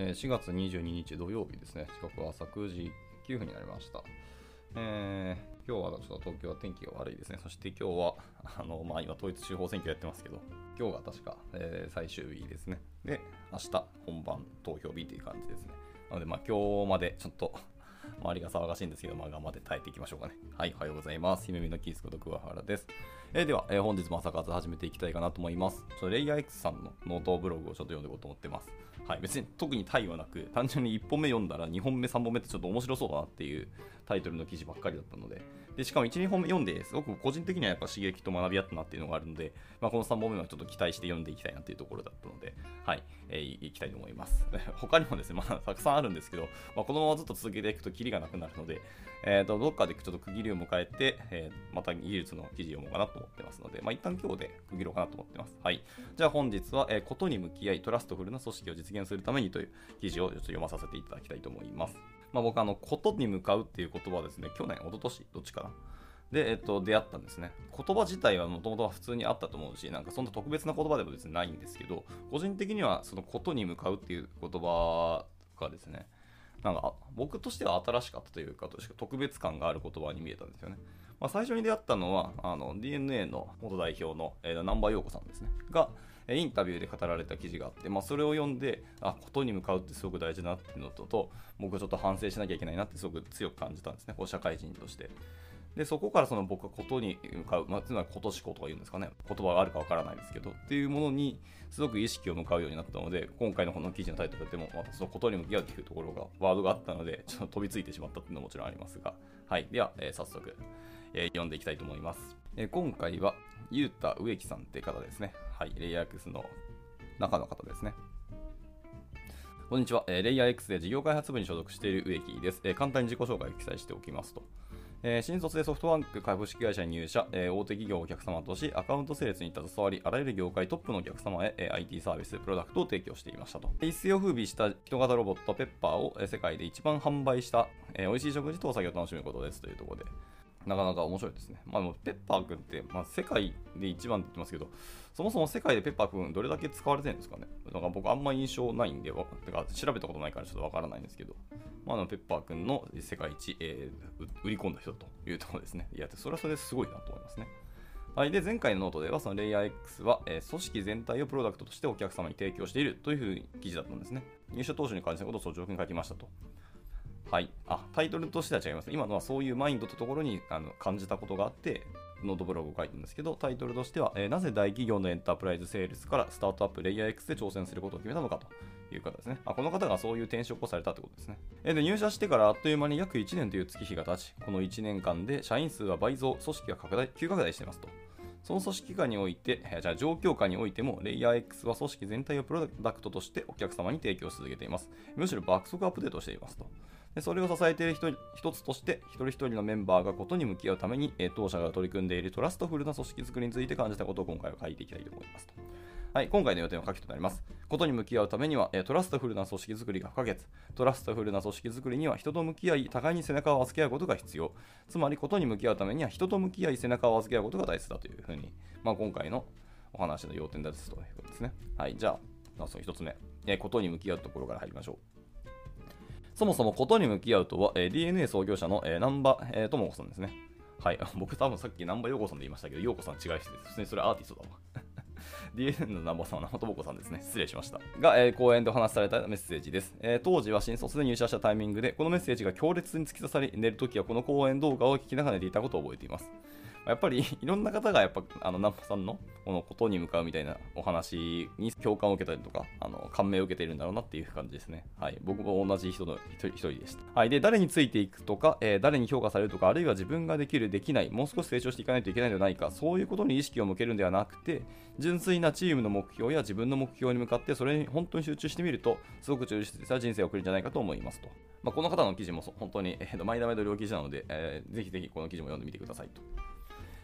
4月22日土曜日ですね。時刻は朝9時9分になりました。今日はちょっと東京は天気が悪いですね。そして今日は今統一地方選挙やってますけど、今日が確か、最終日ですね。で、明日本番投票日という感じですね。なので今日までちょっと周りが騒がしいんですけど、頑張って耐えていきましょうかね。はい、おはようございます。姫美のキースこと桑原です。では、本日も朝活始めていきたいかなと思います。レイヤー X さんのノートブログをちょっと読んでいこうと思ってます。はい、別に特に対はなく、単純に1本目読んだら2本目、3本目ってちょっと面白そうだなっていうタイトルの記事ばっかりだったので、しかも1、2本目読んですごく個人的にはやっぱ刺激と学びあったなっていうのがあるので、この3本目はちょっと期待して読んでいきたいなっていうところだったので、はい、いきたいと思います。他にもですね、たくさんあるんですけど、このままずっと続けていくとキリがなくなるので、どっかでちょっと区切りを迎えて、また技術の記事を読もうかなと思ってますので、一旦今日で区切ろうかなと思ってます。はい。じゃあ本日は、ことに向き合いトラストフルな組織を実現するためにという記事をちょっと読まさせていただきたいと思います。僕ことに向かうっていう言葉はですね、去年、一昨年どっちかな。で、出会ったんですね。言葉自体はもともとは普通にあったと思うし、そんな特別な言葉でも別にないんですけど、個人的にはそのことに向かうっていう言葉がですね、僕としては新しかったというか、特別感がある言葉に見えたんですよね。最初に出会ったのはDNA の元代表の、南波陽子さんですねがインタビューで語られた記事があって、それを読んでことに向かうってすごく大事だなっていうのと僕はちょっと反省しなきゃいけないなってすごく強く感じたんですね、社会人として。でそこから僕はことに向かう、つまりことしことか言うんですかね、言葉があるかわからないですけどっていうものにすごく意識を向かうようになったので、今回のこの記事のタイトルでもそのことに向き合うっていうところがワードがあったのでちょっと飛びついてしまったっていうのももちろんありますが、はい、では、早速、読んでいきたいと思います。今回はゆうた植木さんって方ですね。はい、レイヤー X の中の方ですね。こんにちは、レイヤー X で事業開発部に所属している植木です。簡単に自己紹介を記載しておきますと、新卒でソフトバンク株式会社に入社、大手企業をお客様とし、アカウントセールスに携わり、あらゆる業界トップのお客様へ、IT サービス、プロダクトを提供していましたと。一世を風靡した人型ロボットペッパーを、世界で一番販売した、美味しい食事とお酒を楽しむことですというところで、なかなか面白いですね。もうペッパーくんって、世界で一番って言ってますけど、そもそも世界でペッパーくんどれだけ使われてるんですかね。僕あんま印象ないんで、調べたことないからちょっとわからないんですけど、ペッパーくんの世界一、売り込んだ人というところですね。いや、それはそれですごいなと思いますね。はい、で前回のノートではそのレイヤー X は、組織全体をプロダクトとしてお客様に提供しているというふうに記事だったんですね。入社当初に関してのことを率直に書きましたと。はい、タイトルとしては違います。今のはそういうマインドというところに感じたことがあってノートブログを書いたんですけど、タイトルとしては、なぜ大企業のエンタープライズセールスからスタートアップレイヤー X で挑戦することを決めたのかという方ですね。この方がそういう転職をされたということですね。で入社してからあっという間に約1年という月日が経ち、この1年間で社員数は倍増、組織が急拡大していますと。その組織下において、状況下においても、レイヤー X は組織全体をプロダクトとしてお客様に提供し続けています。むしろ爆速アップデートしていますと。でそれを支えている一つとして、一人一人のメンバーがことに向き合うために、当社が取り組んでいるトラストフルな組織づくりについて感じたことを今回は書いていきたいと思いますと。はい、今回の予定の書きとなります。ことに向き合うためには、トラストフルな組織づくりが不可欠。トラストフルな組織づくりには人と向き合い、互いに背中を預け合うことが必要。つまり、ことに向き合うためには人と向き合い、背中を預け合うことが大切だというふうに、今回のお話の要点ですということですね。はい、じゃあ、その一つ目、ことに向き合うところから入りましょう。そもそもことに向き合うとは、DNA 創業者の、南波智子さんですね。はい、僕多分さっき南波陽子さんで言いましたけど、陽子さん違いしてです。普通にそれアーティストだわ。DNA の南波さんは南波智子さんですね。失礼しました。が、講演でお話しされたメッセージです。当時は新卒で入社したタイミングで、このメッセージが強烈に突き刺さり、寝るときはこの講演動画を聞きながら寝ていたことを覚えています。やっぱりいろんな方が南波さんのこのことに向かうみたいなお話に共感を受けたりとか感銘を受けているんだろうなっていう感じですね。はい、僕も同じ人の一人でした。はい、で誰についていくとか、誰に評価されるとか、あるいは自分ができるできない、もう少し成長していかないといけないのではないか、そういうことに意識を向けるんではなくて、純粋なチームの目標や自分の目標に向かってそれに本当に集中してみるとすごく充実した人生を送るんじゃないかと思いますと。この方の記事も本当に毎度毎度両記事なので、ぜひぜひこの記事も読んでみてくださいと。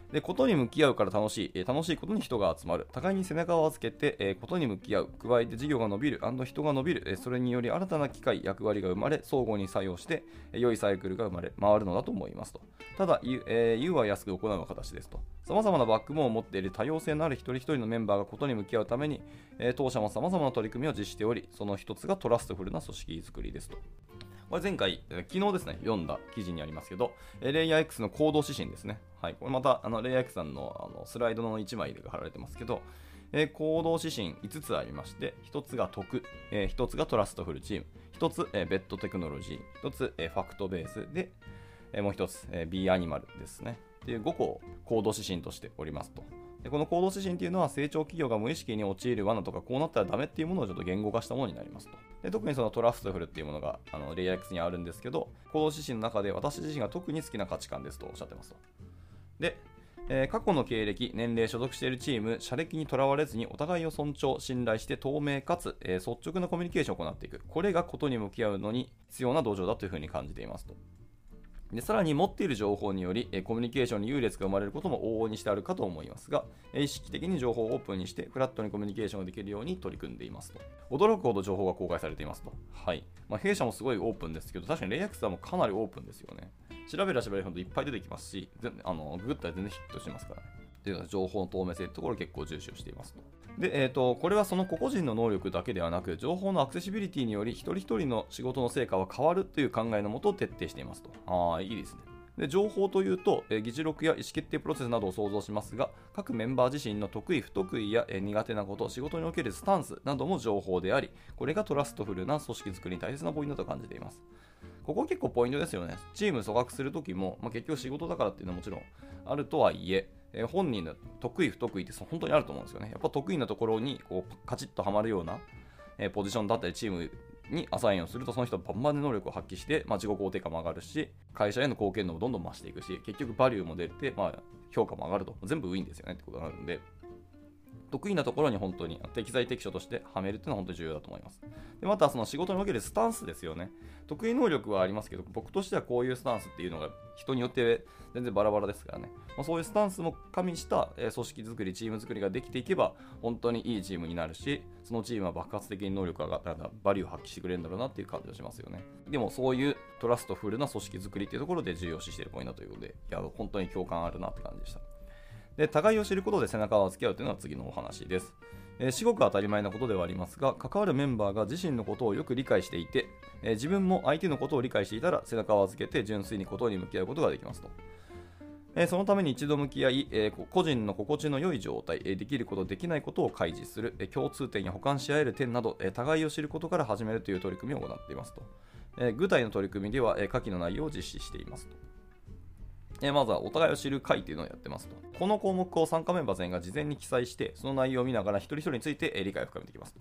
で、ことに向き合うから楽しい、楽しいことに人が集まる。互いに背中を預けて、ことに向き合う。加えて事業が伸びる、人が伸びる。それにより新たな機会、役割が生まれ、相互に作用して、良いサイクルが生まれ、回るのだと思いますと。ただ、言うは安く行うは形ですと。様々なバックボーンを持っている多様性のある一人一人のメンバーがことに向き合うために、当社も様々な取り組みを実施しており、その一つがトラストフルな組織づくりですと。これ前回、昨日ですね、読んだ記事にありますけど、レイヤー X の行動指針ですね。はい、これまたレイヤー X さんのスライドの1枚で貼られてますけど、行動指針5つありまして、1つが徳、1つがトラストフルチーム、1つ、ベッドテクノロジー、1つ、ファクトベースで、もう1つ、B アニマルですね。っていう5個を行動指針としておりますと。でこの行動指針っていうのは成長企業が無意識に陥る罠とかこうなったらダメっていうものをちょっと言語化したものになりますと。で特にそのトラストフルっていうものがレイヤー X にあるんですけど、行動指針の中で私自身が特に好きな価値観ですとおっしゃってますと。で、過去の経歴、年齢、所属しているチーム、社歴にとらわれずにお互いを尊重、信頼して透明かつ、率直なコミュニケーションを行っていく。これがことに向き合うのに必要な道場だというふうに感じていますと。でさらに持っている情報によりコミュニケーションに優劣が生まれることも往々にしてあるかと思いますが、意識的に情報をオープンにしてフラットにコミュニケーションができるように取り組んでいますと。驚くほど情報が公開されていますと。はい。弊社もすごいオープンですけど、確かにレイヤー X はもうかなりオープンですよね。調べれば調べるほどいっぱい出てきますし、ググったら全然ヒットしますからね。という情報の透明性というところを結構重視をしていますと。で、これはその個々人の能力だけではなく、情報のアクセシビリティにより一人一人の仕事の成果は変わるという考えのもとを徹底していますと。いいですね。で情報というと、議事録や意思決定プロセスなどを想像しますが、各メンバー自身の得意不得意や、苦手なこと、仕事におけるスタンスなども情報であり、これがトラストフルな組織づくりに大切なポイントだと感じています。ここ結構ポイントですよね。チーム組閣するときも、結局仕事だからっていうのはもちろんあるとはいえ、本人の得意不得意って本当にあると思うんですよね。やっぱ得意なところにこうカチッとはまるような、ポジションだったりチームにアサインをすると、その人はバンバンで能力を発揮して、自己肯定感も上がるし、会社への貢献度もどんどん増していくし、結局バリューも出て、評価も上がると。全部ウィンですよねってことなので、得意なところに本当に適材適所としてはめるっていうのは本当に重要だと思います。でまたその仕事におけるスタンスですよね。得意能力はありますけど、僕としてはこういうスタンスっていうのが人によって全然バラバラですからね。そういうスタンスも加味した組織作り、チーム作りができていけば本当にいいチームになるし、そのチームは爆発的に能力が上がったらバリューを発揮してくれるんだろうなっていう感じがしますよね。でもそういうトラストフルな組織作りっていうところで重要視しているポイントということで、いや本当に共感あるなって感じでした。で互いを知ることで背中を預け合うというのは次のお話です。至極当たり前なことではありますが、関わるメンバーが自身のことをよく理解していて、自分も相手のことを理解していたら背中を預けて純粋にことに向き合うことができますと。そのために一度向き合い、個人の心地の良い状態、できることできないことを開示する、共通点や補完し合える点など、互いを知ることから始めるという取り組みを行っていますと。具体の取り組みでは、下記の内容を実施していますと。まずはお互いを知る会というのをやってますと。この項目を参加メンバー全員が事前に記載して、その内容を見ながら一人一人について理解を深めていきますと。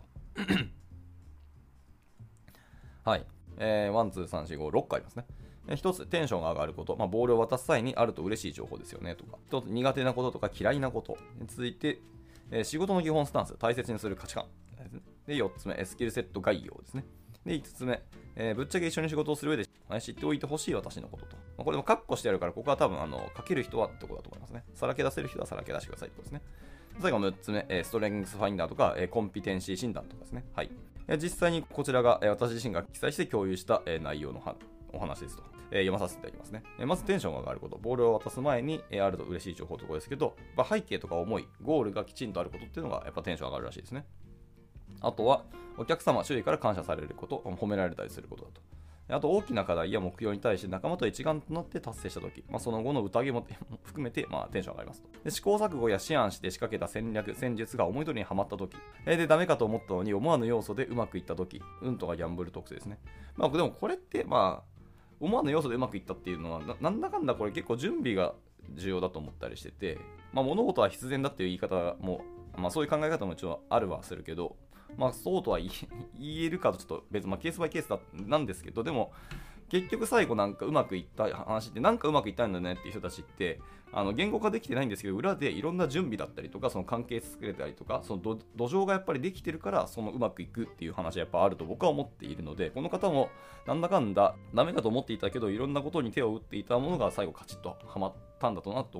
はい。1、2、3、4、5、6個ありますね。一つ、テンションが上がること。ボールを渡す際にあると嬉しい情報ですよねとか。一つ、苦手なこととか嫌いなことについて、仕事の基本スタンス、大切にする価値観。で、4つ目、スキルセット概要ですね。で、5つ目、ぶっちゃけ一緒に仕事をする上で知っておいてほしい私のことと。これもカッコしてあるから、ここは多分書ける人はってところだと思いますね。さらけ出せる人はさらけ出してくださいってことですね。最後6つ目、ストレングスファインダーとか、コンピテンシー診断とかですね。はい。実際にこちらが私自身が記載して共有した内容のお話ですと。読まさせていただきますね。まずテンションが上がること。ボールを渡す前にあると嬉しい情報ところですけど、背景とか思い、ゴールがきちんとあることっていうのがやっぱテンション上がるらしいですね。あとは、お客様、周囲から感謝されること、褒められたりすることだと。あと、大きな課題や目標に対して仲間と一丸となって達成したとき、その後の宴も含めて、テンション上がりますと。で試行錯誤や思案して仕掛けた戦術が思い通りにはまったとき、で、ダメかと思ったのに思わぬ要素でうまくいったとき、運とかギャンブル特性ですね。でもこれって、思わぬ要素でうまくいったっていうのは、なんだかんだこれ結構準備が重要だと思ったりしてて、物事は必然だっていう言い方も、そういう考え方も一応あるはするけど、そうとは言えるかとちょっと別、ケースバイケースなんですけど、でも結局最後なんかうまくいった話ってなんかうまくいったんだねっていう人たちって言語化できてないんですけど、裏でいろんな準備だったりとか、その関係作れたりとか、その土壌がやっぱりできてるから、そのうまくいくっていう話はやっぱあると僕は思っているので、この方もなんだかんだダメかと思っていたけど、いろんなことに手を打っていたものが最後カチッとはまったんだとなと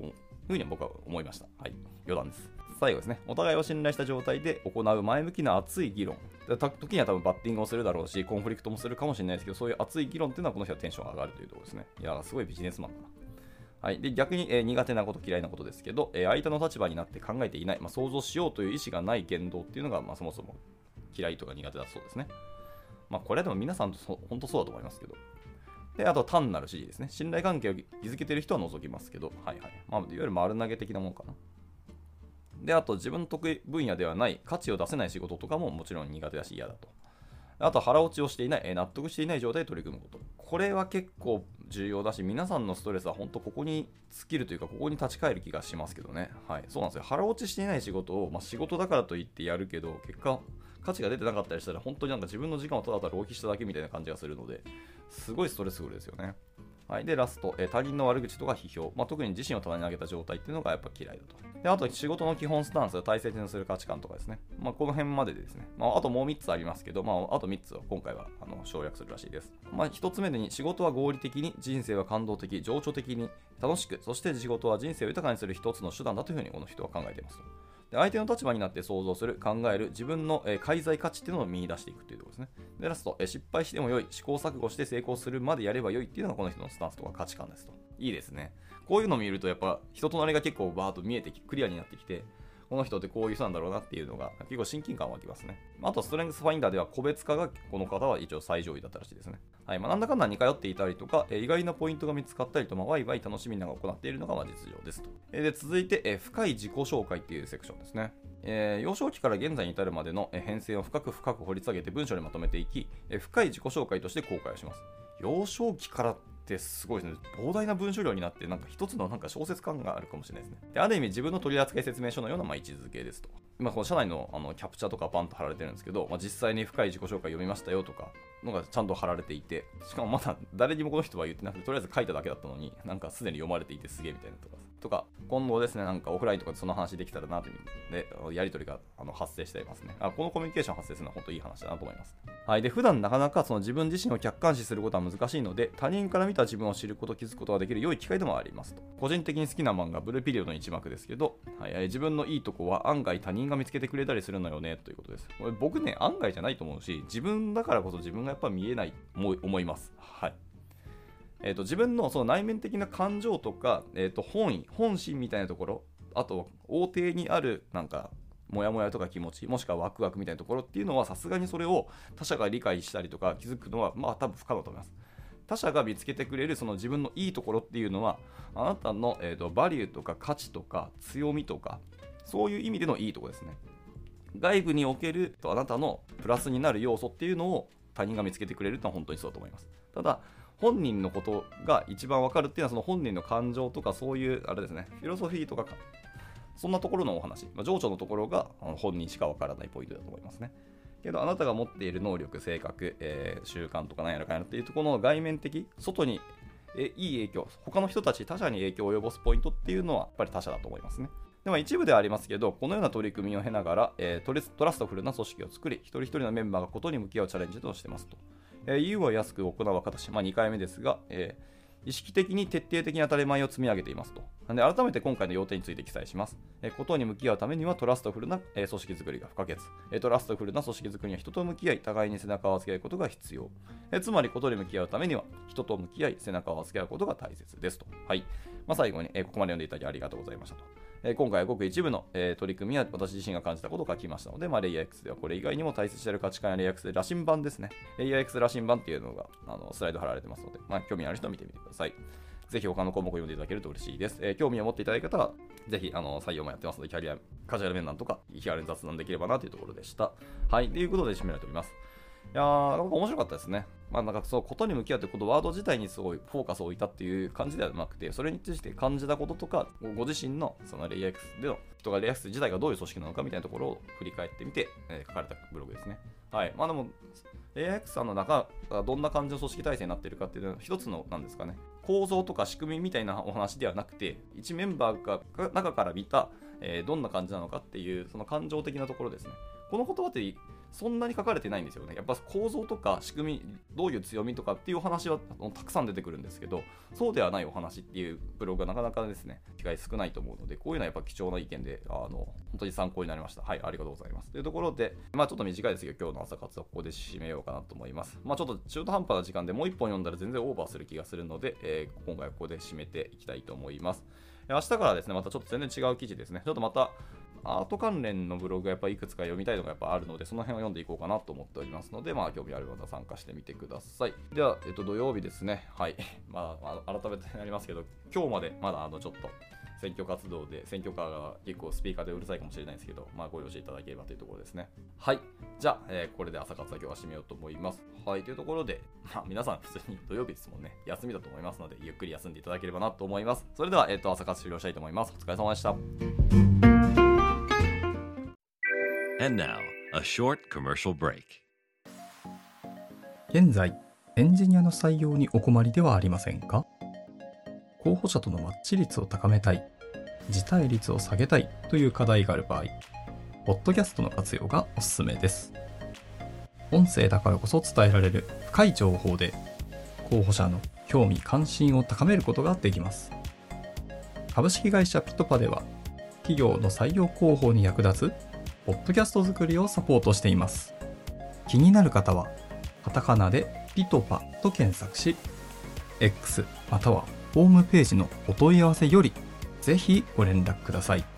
ふうに僕は思いました。はい。余談です。最後ですね。お互いを信頼した状態で行う前向きな熱い議論。時には多分バッティングをするだろうし、コンフリクトもするかもしれないですけど、そういう熱い議論っていうのはこの人はテンション上がるというところですね。いや、すごいビジネスマンだな。はい、で逆に、苦手なこと嫌いなことですけど、相手の立場になって考えていない、想像しようという意思がない言動っていうのが、そもそも嫌いとか苦手だそうですね。これはでも皆さんと本当そうだと思いますけど。であと単なる指示ですね。信頼関係を築けている人は除きますけど、はいはい。いわゆる丸投げ的なものかな。であと自分の得意分野ではない価値を出せない仕事とかももちろん苦手だし嫌だと。あと腹落ちをしていない、納得していない状態で取り組むこと。これは結構重要だし、皆さんのストレスは本当ここに尽きるというか、ここに立ち返る気がしますけどね。はい、そうなんですよ。腹落ちしていない仕事を、仕事だからといってやるけど、結果、価値が出てなかったりしたら、本当に自分の時間をただただ浪費しただけみたいな感じがするので、すごいストレスフルですよね。はい、でラスト、他人の悪口とか批評、特に自身を棚に上げた状態っていうのがやっぱ嫌いだと。であと仕事の基本スタンス、大切にする価値観とかですね。この辺まででですね。あともう3つありますけど、あと3つを今回は省略するらしいです。1つ目でに仕事は合理的に、人生は感動的、情緒的に楽しく、そして仕事は人生を豊かにする一つの手段だというふうにこの人は考えていますと。で相手の立場になって想像する、考える、自分の介在価値っていうのを見出していくというところですね。でラスト、失敗しても良い、試行錯誤して成功するまでやれば良いっていうのがこの人のスタンスとか価値観ですと。いいですね。こういうのを見るとやっぱ人となりが結構バーッと見えてクリアになってきて、この人ってこういう人なんだろうなっていうのが結構親近感湧きますね。あとストレングスファインダーでは個別化がこの方は一応最上位だったらしいですね。はい、なんだかんだ似通っていたりとか、意外なポイントが見つかったりと、ワイワイ楽しみながら行っているのが実情ですと。で続いて、深い自己紹介っていうセクションですね。幼少期から現在に至るまでの変遷を深く掘り下げて文章にまとめていき、深い自己紹介として公開をします。幼少期からってすごいですね。膨大な文章量になって、一つの小説感があるかもしれないですね。である意味自分の取扱説明書のような位置づけですと。今この社内のキャプチャーとかパンと貼られてるんですけど、実際に深い自己紹介読みましたよとかのがちゃんと貼られていて、しかもまだ誰にもこの人は言ってなくて、とりあえず書いただけだったのに、すでに読まれていてすげえみたいなとか、今後ですね、オフラインとかでその話できたらなという意味で、やり取りが発生していますね。このコミュニケーション発生するのは本当にいい話だなと思います。はい、で普段なかなかその自分自身を客観視することは難しいので、他人から見た自分を知ること、気づくことができる良い機会でもありますと。個人的に好きな漫画、ブルーピリオドの一幕ですけど、自分のいいとこは案外他人が見つけてくれたりするのよねということです。これ僕ね、案外じゃないと思うし、自分だからこそ自分がやっぱ見えないと思います。はい。自分のその内面的な感情とか、本心みたいなところ、あと大抵にあるモヤモヤとか気持ち、もしくはワクワクみたいなところっていうのは、さすがにそれを他者が理解したりとか気づくのは多分不可能だと思います。他者が見つけてくれるその自分のいいところっていうのは、あなたの、バリューとか価値とか強みとか、そういう意味でのいいところですね。外部におけるあなたのプラスになる要素っていうのを他人が見つけてくれるのは本当にそうだと思います。ただ本人のことが一番分かるっていうのは、その本人の感情とかそういうあれですね、フィロソフィーとかそんなところのお話、情緒のところが本人しか分からないポイントだと思いますね。けどあなたが持っている能力、性格、習慣とか何やらかんやらっていうところの外面的、外にいい影響、他の人たち、他者に影響を及ぼすポイントっていうのはやっぱり他者だと思いますね。でも一部ではありますけど、このような取り組みを経ながら、トラストフルな組織を作り、一人一人のメンバーがことに向き合うチャレンジとしてますと。言うは安く行うは形、2回目ですが、意識的に徹底的に当たり前を積み上げていますと。で改めて今回の要点について記載します。ことに向き合うためにはトラストフルな組織づくりが不可欠。トラストフルな組織づくりには人と向き合い、互いに背中を合わせ合うことが必要。つまりことに向き合うためには人と向き合い、背中を合わせ合うことが大切ですと。はい。最後に、ここまで読んでいただきありがとうございましたと。今回はごく一部の、取り組みや私自身が感じたことを書きましたので、レイヤー X ではこれ以外にも大切している価値観やレイヤー X で羅針盤ですね。レイヤー X 羅針盤っていうのがスライド貼られてますので、興味ある人は見てみてください。ぜひ他の項目を読んでいただけると嬉しいです。興味を持っていただいた方は、ぜひ採用もやってますので、キャリア、カジュアル面談とか、気軽に雑談できればなというところでした。はい、ということで締められております。いやー、面白かったですね。そうことに向き合ってことワード自体にすごいフォーカスを置いたっていう感じではなくて、それについて感じたこととか、ご自身のそのレイヤー X での人がレイヤー X 自体がどういう組織なのかみたいなところを振り返ってみて、書かれたブログですね。はい。でも、レイヤー X さんの中がどんな感じの組織体制になっているかっていうのは、一つの、なんですかね、構造とか仕組みみたいなお話ではなくて、一メンバーが中から見た、どんな感じなのかっていう、その感情的なところですね。この言葉ってそんなに書かれてないんですよね。やっぱ構造とか仕組み、どういう強みとかっていうお話はたくさん出てくるんですけど、そうではないお話っていうブログがなかなかですね、機会少ないと思うので、こういうのはやっぱ貴重な意見で、本当に参考になりました。はい、ありがとうございます。というところで、ちょっと短いですけど、今日の朝活はここで締めようかなと思います。ちょっと中途半端な時間でもう一本読んだら全然オーバーする気がするので、今回はここで締めていきたいと思います。明日からですね、またちょっと全然違う記事ですね。ちょっとまた、アート関連のブログがやっぱりいくつか読みたいのがやっぱあるので、その辺を読んでいこうかなと思っておりますので、興味ある方は参加してみてください。では、土曜日ですね。はい。改めてになりますけど、今日までまだちょっと選挙活動で、選挙カーが結構スピーカーでうるさいかもしれないですけど、ご了承いただければというところですね。はい。じゃあ、これで朝活は今日は締めようと思います。はい。というところで、皆さん普通に土曜日ですもんね。休みだと思いますので、ゆっくり休んでいただければなと思います。それでは、朝活終了したいと思います。お疲れ様でした。 And now, a short commercial break. 現在、エンジニアの採用にお困りではありませんか？候補者とのマッチ率を高めたい、辞退率を下げたいという課題がある場合、ポッドキャストの活用がおすすめです。音声だからこそ伝えられる深い情報で、候補者の興味関心を高めることができます。株式会社ピトパでは、企業の採用広報に役立つポッドキャスト作りをサポートしています。気になる方は、カタカナでピトパと検索し、X またはホームページのお問い合わせよりぜひご連絡ください。